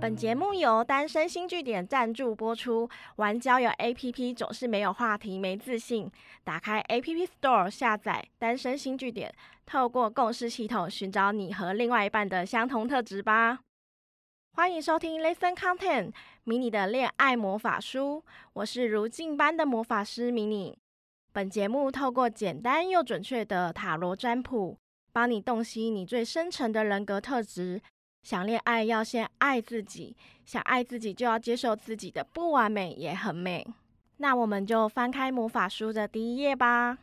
本节目由单身新据点赞助播出。玩交友 APP 总是没有话题、没自信，打开 APP Store 下载单身新据点，透过共识系统寻找你和另外一半的相同特质吧。欢迎收听 Listen Content 迷你的恋爱魔法书，我是如镜般的魔法师迷你。本节目透过简单又准确的塔罗占卜，帮你洞悉你最深层的人格特质。想恋爱要先爱自己，想爱自己就要接受自己的不完美也很美。那我们就翻开魔法书的第一页吧。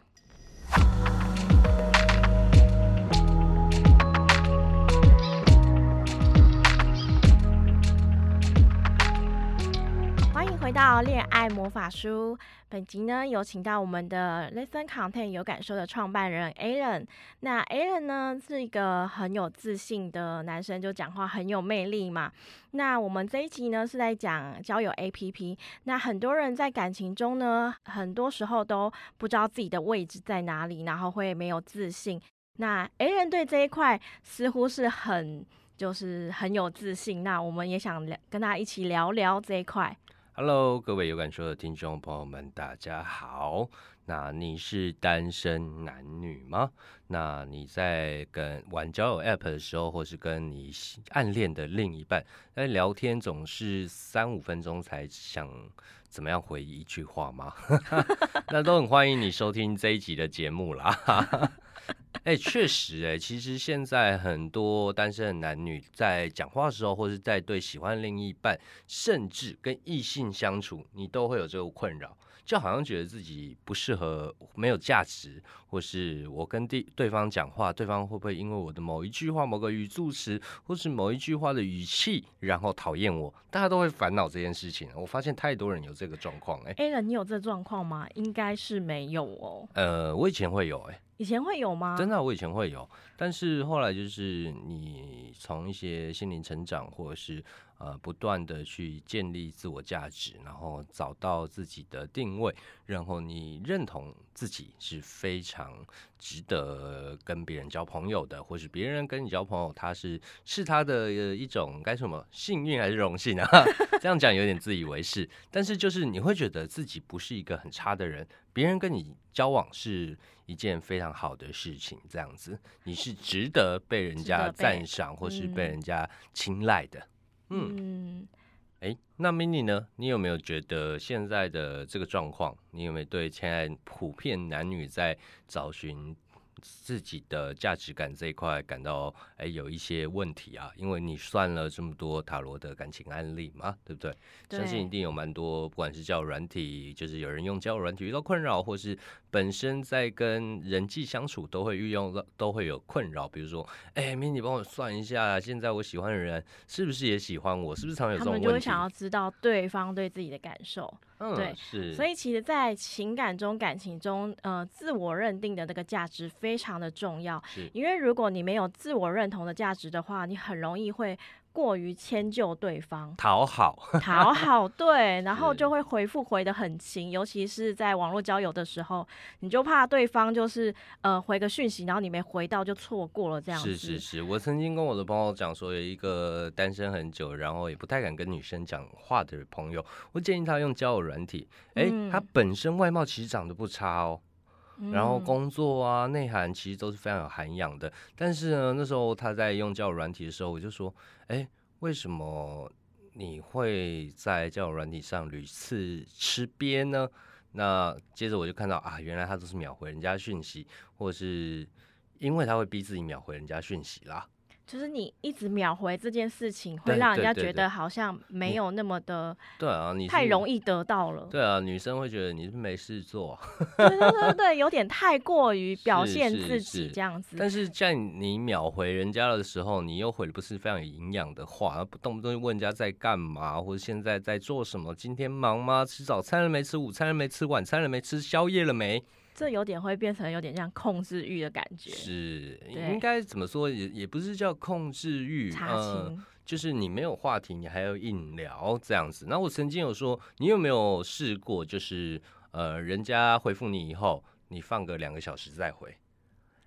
欢迎回到恋爱魔法书。本集呢，有请到我们的 Listen Content 有感受的创办人 Alan。那 Alan 呢，是一个很有自信的男生，就讲话很有魅力嘛。那我们这一集呢，是在讲交友 APP。那很多人在感情中呢，很多时候都不知道自己的位置在哪里，然后会没有自信。那 Alan 对这一块似乎是很有自信。那我们也想跟他一起聊聊这一块。 Hello， 各位有感受的听众朋友们，大家好。那你是单身男女吗？那你在玩交友 App 的时候，或是跟你暗恋的另一半在聊天，总是3-5分钟才想怎么样回一句话吗？那都很欢迎你收听这一集的节目啦。确实其实现在很多单身的男女在讲话的时候，或是在对喜欢另一半，甚至跟异性相处，你都会有这个困扰，就好像觉得自己不适合、没有价值，或是我跟对方讲话，对方会不会因为我的某一句话、某个语助词，或是某一句话的语气，然后讨厌我？大家都会烦恼这件事情。我发现太多人有这个状况。 Alan， 你有这状况吗？应该是没有哦。 我以前会有以前会有吗？ 真的，我以前会有，但是后来就是你从一些心灵成长，或者是不断的去建立自我价值，然后找到自己的定位，然后你认同自己是非常值得跟别人交朋友的，或是别人跟你交朋友，他是他的一种该什么幸运还是荣幸啊？这样讲有点自以为是，但是就是你会觉得自己不是一个很差的人，别人跟你交往是一件非常好的事情，这样子你是值得被人家赞赏或是被人家青睐的。那 Mini 呢？你有没有觉得现在的这个状况，你有没有对现在普遍男女在找寻自己的价值感这一块感到有一些问题啊？因为你算了这么多塔罗的感情案例嘛，对不对？相信一定有蛮多，不管是交友软体，就是有人用交友软体遇到困扰，或是本身在跟人际相处都会有困扰。比如说，Mini 帮我算一下，现在我喜欢的人是不是也喜欢我？是不是常有这种问题？ 他们就会想要知道对方对自己的感受。对， 是。 所以其实，在情感中、感情中，自我认定的那个价值非常的重要。因为如果你没有自我认同的价值的话，你很容易会过于迁就对方，讨好，对，然后就会回得很勤，尤其是在网络交友的时候，你就怕对方就是回个讯息，然后你没回到就错过了这样子。 是，我曾经跟我的朋友讲说，有一个单身很久，然后也不太敢跟女生讲话的朋友，我建议他用交友软体。他本身外貌其实长得不差哦。然后工作啊、内涵其实都是非常有涵养的，但是呢，那时候他在用交友软体的时候，我就说，为什么你会在交友软体上屡次吃瘪呢？那接着我就看到啊，原来他都是秒回人家讯息，或者是因为他会逼自己秒回人家讯息啦。 就是你一直秒回这件事情，会让人家觉得好像没有那么的， 对啊，你太容易得到了。 对啊，女生会觉得你是没事做。 对，有点太过于表现自己这样子。 但是在你秒回人家的时候，你又回的不是非常有营养的话，动不动就问人家在干嘛，或者现在在做什么，今天忙吗？吃早餐了没？吃午餐了没？吃晚餐了没？吃宵夜了没？ 这有点会变成有点像控制欲的感觉。 是，应该怎么说？也不是叫控制欲，就是你没有话题，你还要硬聊这样子。那我曾经有说，你有没有试过，就是人家回复你以后，你放个2个小时再回？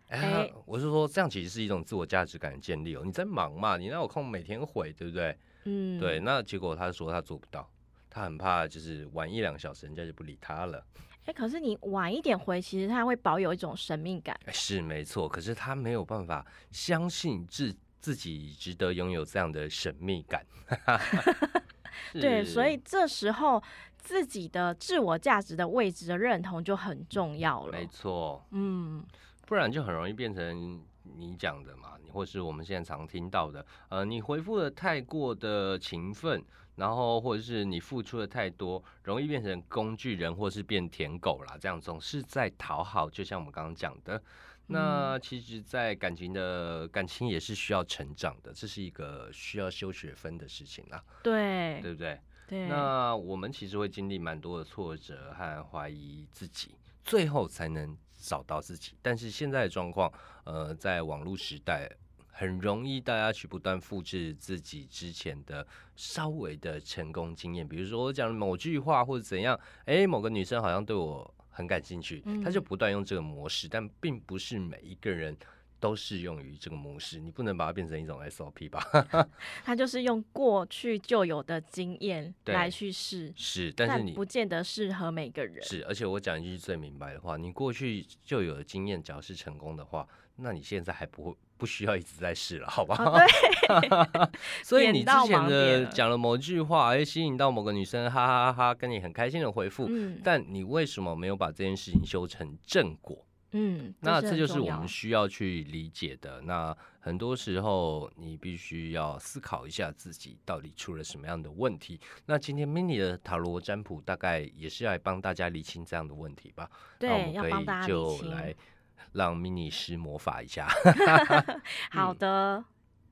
我是说，这样其实是一种自我价值感的建立哦。你在忙嘛，你哪有空每天回，对不对？对。那结果他说他做不到，他很怕就是晚1-2小时，人家就不理他了。 可是你晚一点回，其实他会保有一种神秘感。 是没错，可是他没有办法相信自己值得拥有这样的神秘感。 对，所以这时候自己的自我价值的位置的认同就很重要了。 没错，不然就很容易变成你讲的嘛，或是我们现在常听到的，你回复的太过的勤奋，然后或者是你付出的太多，容易变成工具人，或是变舔狗啦，这样总是在讨好。就像我们刚刚讲的，那其实，在感情也是需要成长的，这是一个需要修学分的事情啦， 对不对？ 对。 那我们其实会经历蛮多的挫折和怀疑自己，最后才能找到自己。但是现在的状况，在网络时代，很容易大家去不断复制自己之前的稍微的成功经验，比如说我讲某句话或者怎样，某个女生好像对我很感兴趣，她就不断用这个模式，但并不是每一个人都适用于这个模式，你不能把它变成一种 SOP 吧？ 他就是用过去就有的经验来去试，但是你不见得适合每个人。 是，而且我讲一句最明白的话，你过去就有的经验，假如是成功的话，那你现在还不需要一直在试了，好吧？ 对。 所以你之前的讲了某句话，吸引到某个女生，哈哈哈哈，跟你很开心的回复，但你为什么没有把这件事情修成正果？那这就是我们需要去理解的。那很多时候你必须要思考一下自己到底出了什么样的问题。那今天 Minnie 的塔罗占卜大概也是要来帮大家理清这样的问题吧？ 对， 那我们可以就来让 Minnie 施魔法一下。 好的。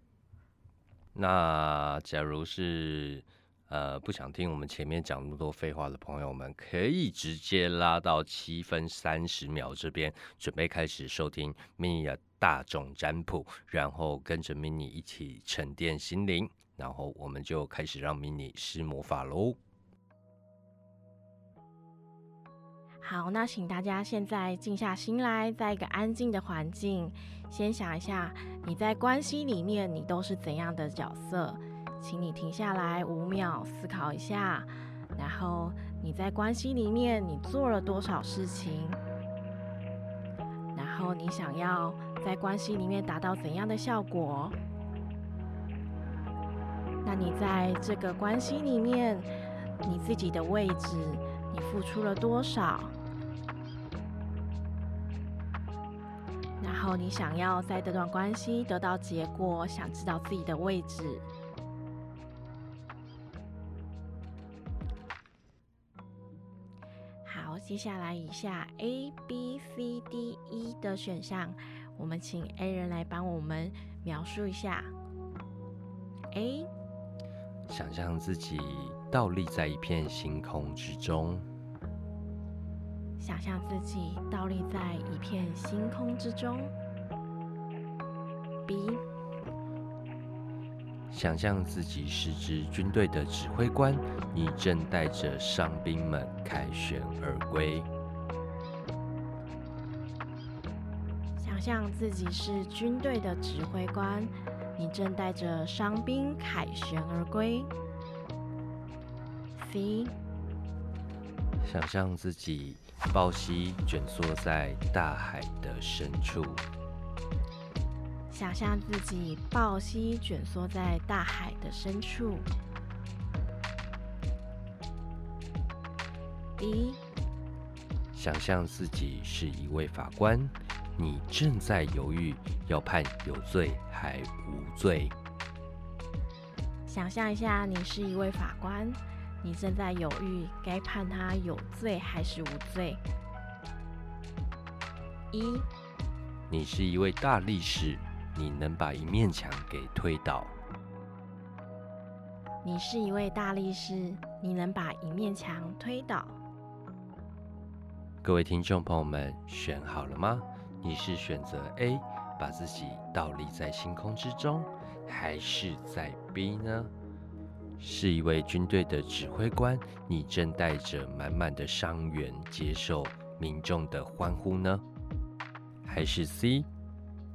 那假如是不想听我们前面讲那么多废话的朋友们，可以直接拉到7分30秒这边，准备开始收听 Minnie 的大众占卜，然后跟着 Minnie 一起沉淀心灵，然后我们就开始让 Minnie 施魔法喽。 好，那请大家现在静下心来，在一个安静的环境，先想一下你在关系里面你都是怎样的角色。请你停下来5秒思考一下，然后你在关系里面你做了多少事情，然后你想要在关系里面达到怎样的效果。那你在这个关系里面你自己的位置你付出了多少，然后你想要在这段关系得到结果，想知道自己的位置。接下来以下 A、B、C、D、E 的选项，我们请 A 人来帮我们描述一下。A， 想象自己倒立在一片星空之中。 想象自己倒立在一片星空之中。B， 想象自己是支军队的指挥官，你正带着伤兵们凯旋而归。 想象自己是军队的指挥官，你正带着伤兵凯旋而归。C， 想象自己抱膝卷缩在大海的深处。 想象自己抱膝卷缩在大海的深处。D， 想象自己是一位法官，你正在犹豫要判有罪还无罪。 想象一下，你是一位法官，你正在犹豫该判他有罪还是无罪。1， 你是一位大力士，你能把一面墙给推倒。 你是一位大力士，你能把一面墙推倒。 各位听众朋友们，选好了吗？你是选择 A， 把自己倒立在星空之中，还是在 B 呢？是一位军队的指挥官，你正带着满满的伤员接受民众的欢呼呢？还是 C，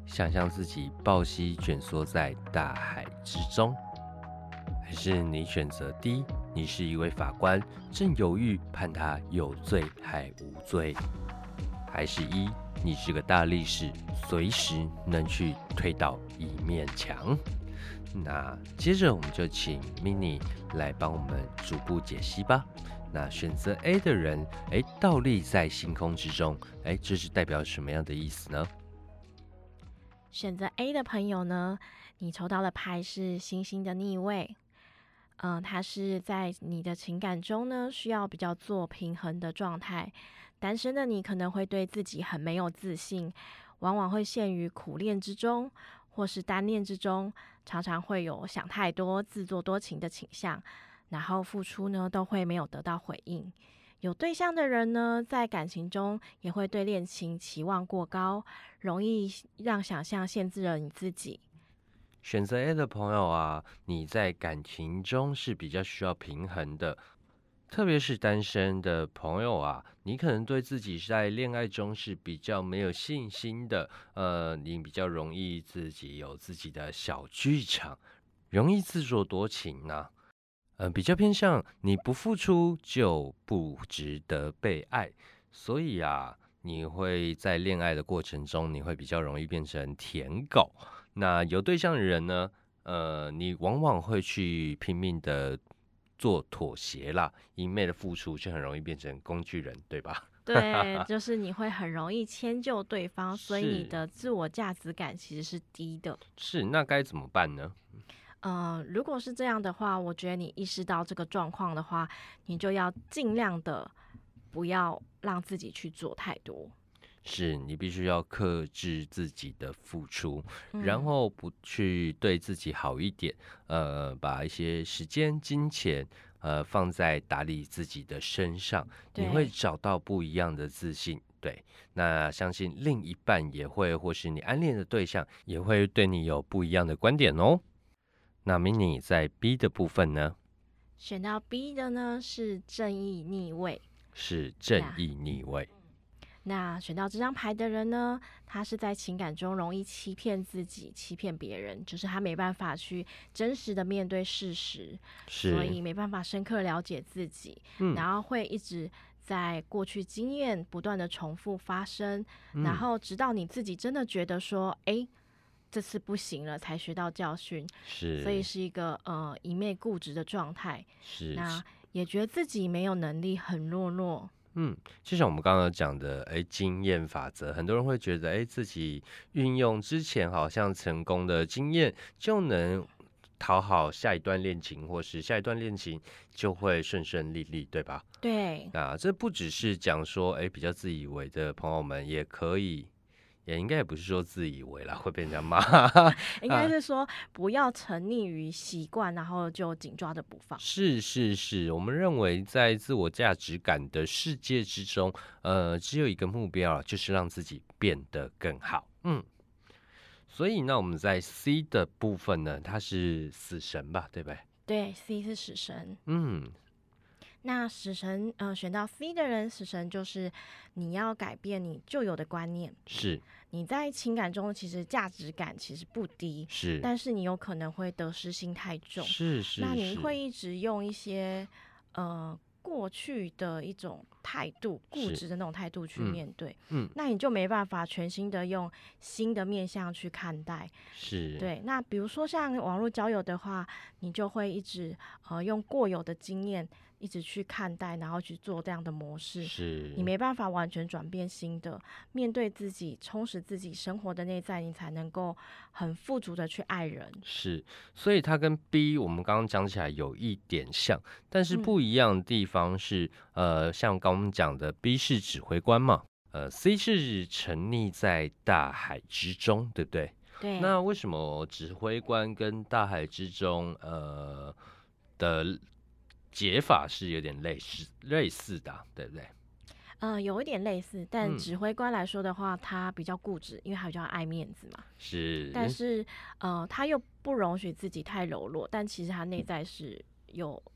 想象自己抱膝卷缩在大海之中？还是你选择 D， 你是一位法官，正犹豫判他有罪还无罪？还是一，你是个大力士，随时能去推倒一面墙？那接着我们就请 Mini 来帮我们逐步解析吧。那选择 A 的人，倒立在星空之中，这是代表什么样的意思呢？ 选择 A 的朋友呢，你抽到的牌是星星的逆位。它是在你的情感中呢，需要比较做平衡的状态。单身的你可能会对自己很没有自信，往往会陷于苦恋之中，或是单恋之中，常常会有想太多、自作多情的倾向，然后付出呢都会没有得到回应。有对象的人呢，在感情中也会对恋情期望过高，容易让想象限制了你自己。 选择 A 的朋友啊，你在感情中是比较需要平衡的，特别是单身的朋友啊，你可能对自己在恋爱中是比较没有信心的，你比较容易自己有自己的小剧场，容易自作多情啊，比较偏向你不付出就不值得被爱，所以啊，你会在恋爱的过程中，你会比较容易变成舔狗。那有对象的人呢，你往往会去拼命的做妥协啦，一昧的付出就很容易变成工具人，对吧？ 对，就是你会很容易迁就对方，所以你是的自我价值感其实是低的。 是，那该怎么办呢？ 如果是这样的话，我觉得你意识到这个状况的话，你就要尽量的不要让自己去做太多。 是你必须要克制自己的付出，然嗯， 后不去对自己好一点，把一些时间、金钱，放在打理自己的身上，你会对。 找到不一样的自信。对，那相信另一半也会，或是你暗恋的对象也会对你有不一样的观点哦。那 Mini 在 B 的部分呢， 选到 B 的呢是正义逆位。 是正义逆位。 那选到这张牌的人呢，他是在情感中容易欺骗自己、欺骗别人，就是他没办法去真实的面对事实，所是， 以没办法深刻了解自己， 嗯然后会一直在过去经验不断的重复发生，然嗯， 后直到你自己真的觉得说，这次不行了，才学到教训，所以是是一个一昧固执的状态。 是。 那也觉得自己没有能力，很懦弱。 就像我们刚刚讲的，经验法则，很多人会觉得，自己运用之前好像成功的经验，就能讨好下一段恋情，或是下一段恋情就会顺顺利利，对吧？ 对， 那这不只是讲说，比较自以为的朋友们也可以，也应该也不是说自以为啦，会被人家骂。 应该是说不要沉溺于习惯，然后就紧抓着不放。 是是是，我们认为在自我价值感的世界之中，只有一个目标，就是让自己变得更好。所以呢，我们在 C 的部分呢，它是死神吧，对不对？ 对，C 是死神。 嗯， 那死神，选到 C 的人，死神就是你要改变你旧有的观念。 是你在情感中其实价值感其实不低， 是但是你有可能会得失心太重。 是那是是你会一直用一些过去的一种态度，固是， 执的那种态度去嗯面对， 嗯那你就没办法全心的用新的面向去看待。 是对，那比如说像网络交友的话，你就会一直用过有的经验一直去看待，然后去做这样的模式，你是没办法完全转变新的，面对自己，充实自己生活的内在，你才能够很富足的去爱人。 是，所以它跟 B 我们刚刚讲起来有一点像，但是嗯， 不一样的地方是，像刚刚讲的 B 是指挥官嘛，C 是沉溺在大海之中，对不对？ 对。 那为什么指挥官跟大海之中，的解法是有点类似的啊对不对？ 有一点类似，但嗯， 指挥官来说的话，他比较固执，因为他比较爱面子嘛。 是但是，他又不容许自己太柔弱，但其实他内在是有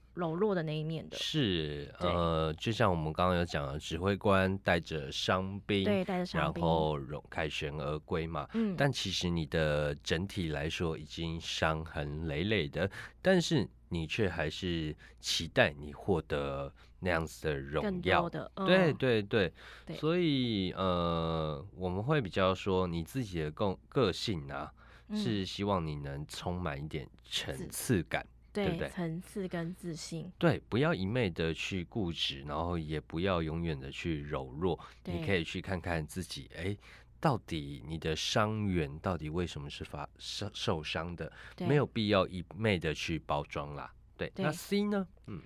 柔弱的那一面的。 是， 对就像我们刚刚有讲的，指挥官带着伤兵， 对，带着伤然兵， 后凯旋而归嘛。 嗯， 但其实你的整体来说已经伤痕累累的，但是你却还是期待你获得那样子的荣更耀。 多的， 对对对， 对所以我们会比较说你自己的个性啊，是希望你能充满一点层次感。对不对？ 层次跟自信， 对，不要一昧的去固执，然后也不要永远的去柔弱。你可以去看看自己，哎，到底你的伤源到底为什么是受伤的？没有必要一昧的去包装啦。对，那 C 呢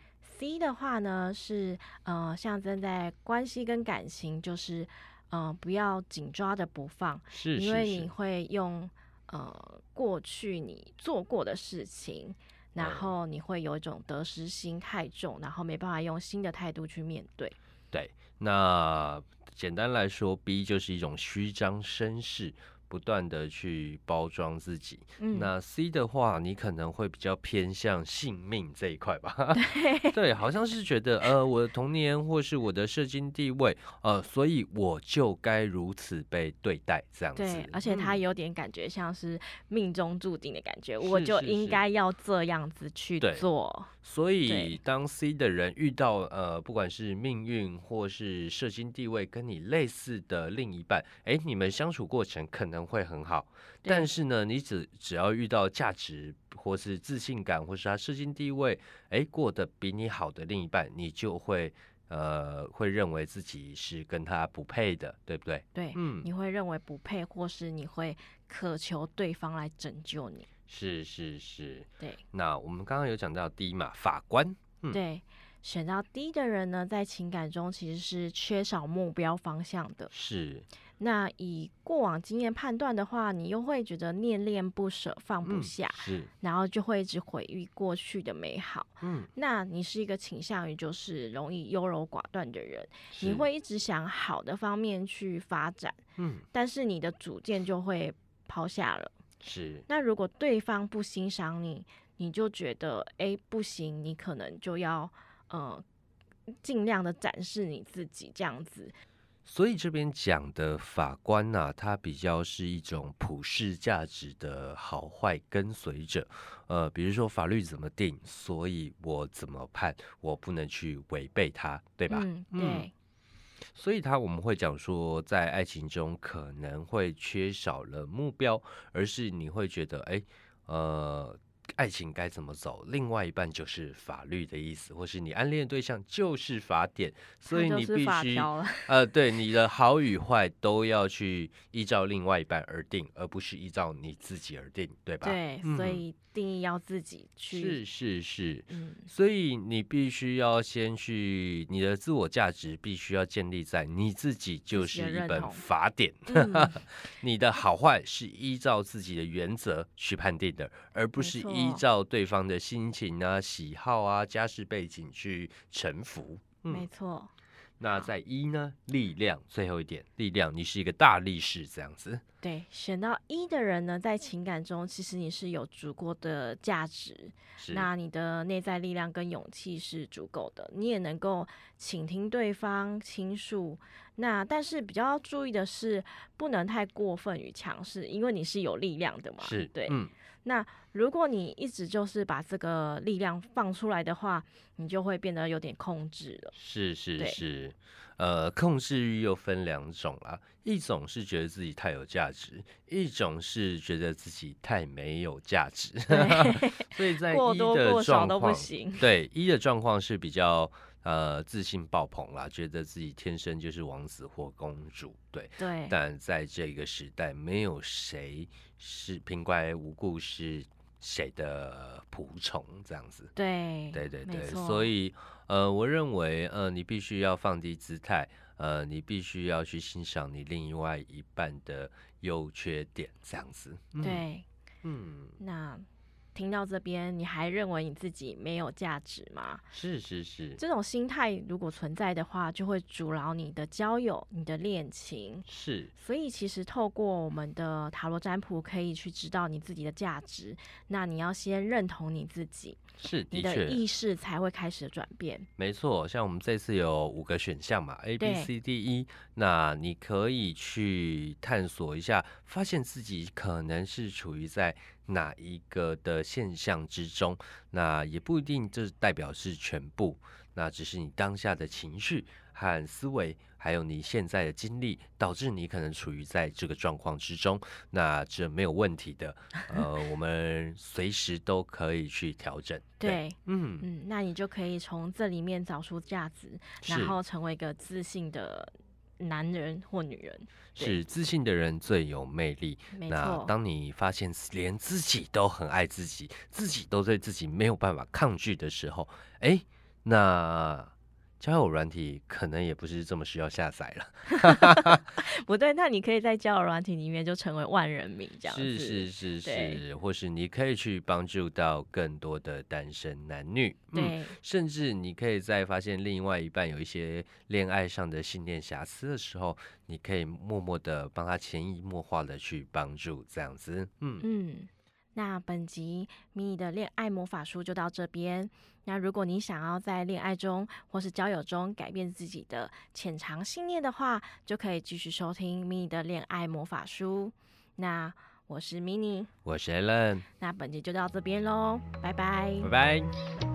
？C 的话呢是象征在关系跟感情，就是不要紧抓着不放，因为你会用过去你做过的事情。然后你会有一种得失心太重，然后没办法用新的态度去面对。 对，那简单来说 ，B 就是一种虚张声势，不断的去包装自己。那 C 的话，你可能会比较偏向性命这一块吧？对，好像是觉得我的童年或是我的社经地位，所以我就该如此被对待这样子。 对，而且他有点感觉像是命中注定的感觉，我就应该要这样子去做。 所以当 C 的人遇到不管是命运或是社经地位跟你类似的另一半，你们相处过程可能会很好，但是呢，你只要遇到价值或是自信感或是他社经地位过得比你好的另一半，你就会认为自己是跟他不配的，对不对？ 对，你会认为不配，或是你会渴求对方来拯救你。 是， 对。 那我们刚刚有讲到D嘛，法官， 对，选到 D 的人呢，在情感中其实是缺少目标方向的。 是。 那以过往经验判断的话，你又会觉得念念不舍，放不下，然后就会一直回忆过去的美好。那你是一个倾向于就是容易优柔寡断的人，你会一直想好的方面去发展，但是你的主见就会抛下了。 是。 那如果对方不欣赏你，你就觉得不行，你可能就要尽量的展示你自己这样子。 所以这边讲的法官啊，他比较是一种普世价值的好坏跟随者。比如说法律怎么定，所以我怎么判，我不能去违背它，对吧？ 对。 所以我们会讲说，在爱情中可能会缺少了目标，而是你会觉得，爱情该怎么走，另外一半就是法律的意思，或是你暗恋的对象就是法典，所以你必须对你的好与坏都要去依照另外一半而定，而不是依照你自己而定，对吧？ 对，所以定义要自己去。 是，所以你必须要先去，你的自我价值必须要建立在你自己就是一本法典，你的好坏是依照自己的原则去判定的，而不是依照对方的心情啊、喜好啊、家世背景去臣服。 没错。 那在一呢，力量，最后一点，力量，你是一个大力士这样子。 对，选到一的人呢，在情感中其实你是有足够的价值，那你的内在力量跟勇气是足够的，你也能够倾听对方倾诉。那但是比较要注意的是，不能太过分与强势，因为你是有力量的嘛。对。那如果你一直就是把这个力量放出来的话，你就会变得有点控制了。 是，控制欲又分两种啦，一种是觉得自己太有价值，一种是觉得自己太没有价值。所以在一的状况，对一的状况是比较自信爆棚啦，觉得自己天生就是王子或公主，对。但在这个时代，没有谁是平白无故是谁的仆从这样子。对，所以我认为你必须要放低姿态，你必须要去欣赏你另外一半的优缺点这样子。 对，那听到这边，你还认为你自己没有价值吗？ 是是是， 这种心态如果存在的话，就会阻挠你的交友、你的恋情。 是所以其实透过我们的塔罗占卜，可以去知道你自己的价值。那你要先认同你自己， 是， 你的的确， 意识才会开始转变。 没错。像我们这次有5个选项嘛，A、B、 对 C、D、E，那你可以去探索一下，发现自己可能是处于在哪一个的现象之中。那也不一定这代表是全部，那只是你当下的情绪和思维，还有你现在的经历，导致你可能处于在这个状况之中。那这没有问题的，我们随时都可以去调整。 对， 嗯， 那你就可以从这里面找出价值，然是后成为一个自信的男人或女人。对， 是，自信的人最有魅力。那没错。 当你发现连自己都很爱自己，自己都对自己没有办法抗拒的时候，哎，那交友软体可能也不是这么需要下载了。 不对，那你可以在交友软体里面就成为万人迷这样是子。 是是对是，或是你可以去帮助到更多的单身男女， 对甚至你可以在发现另外一半有一些恋爱上的信念瑕疵的时候，你可以默默的帮他潜移默化的去帮助，这样子， 嗯，那本集迷你的恋爱魔法书就到这边。那如果你想要在恋爱中或是交友中改变自己的潜藏信念的话，就可以继续收听迷你的恋爱魔法书。那我是迷你， 我是 Alan， 那本集就到这边喽，拜拜。 拜拜。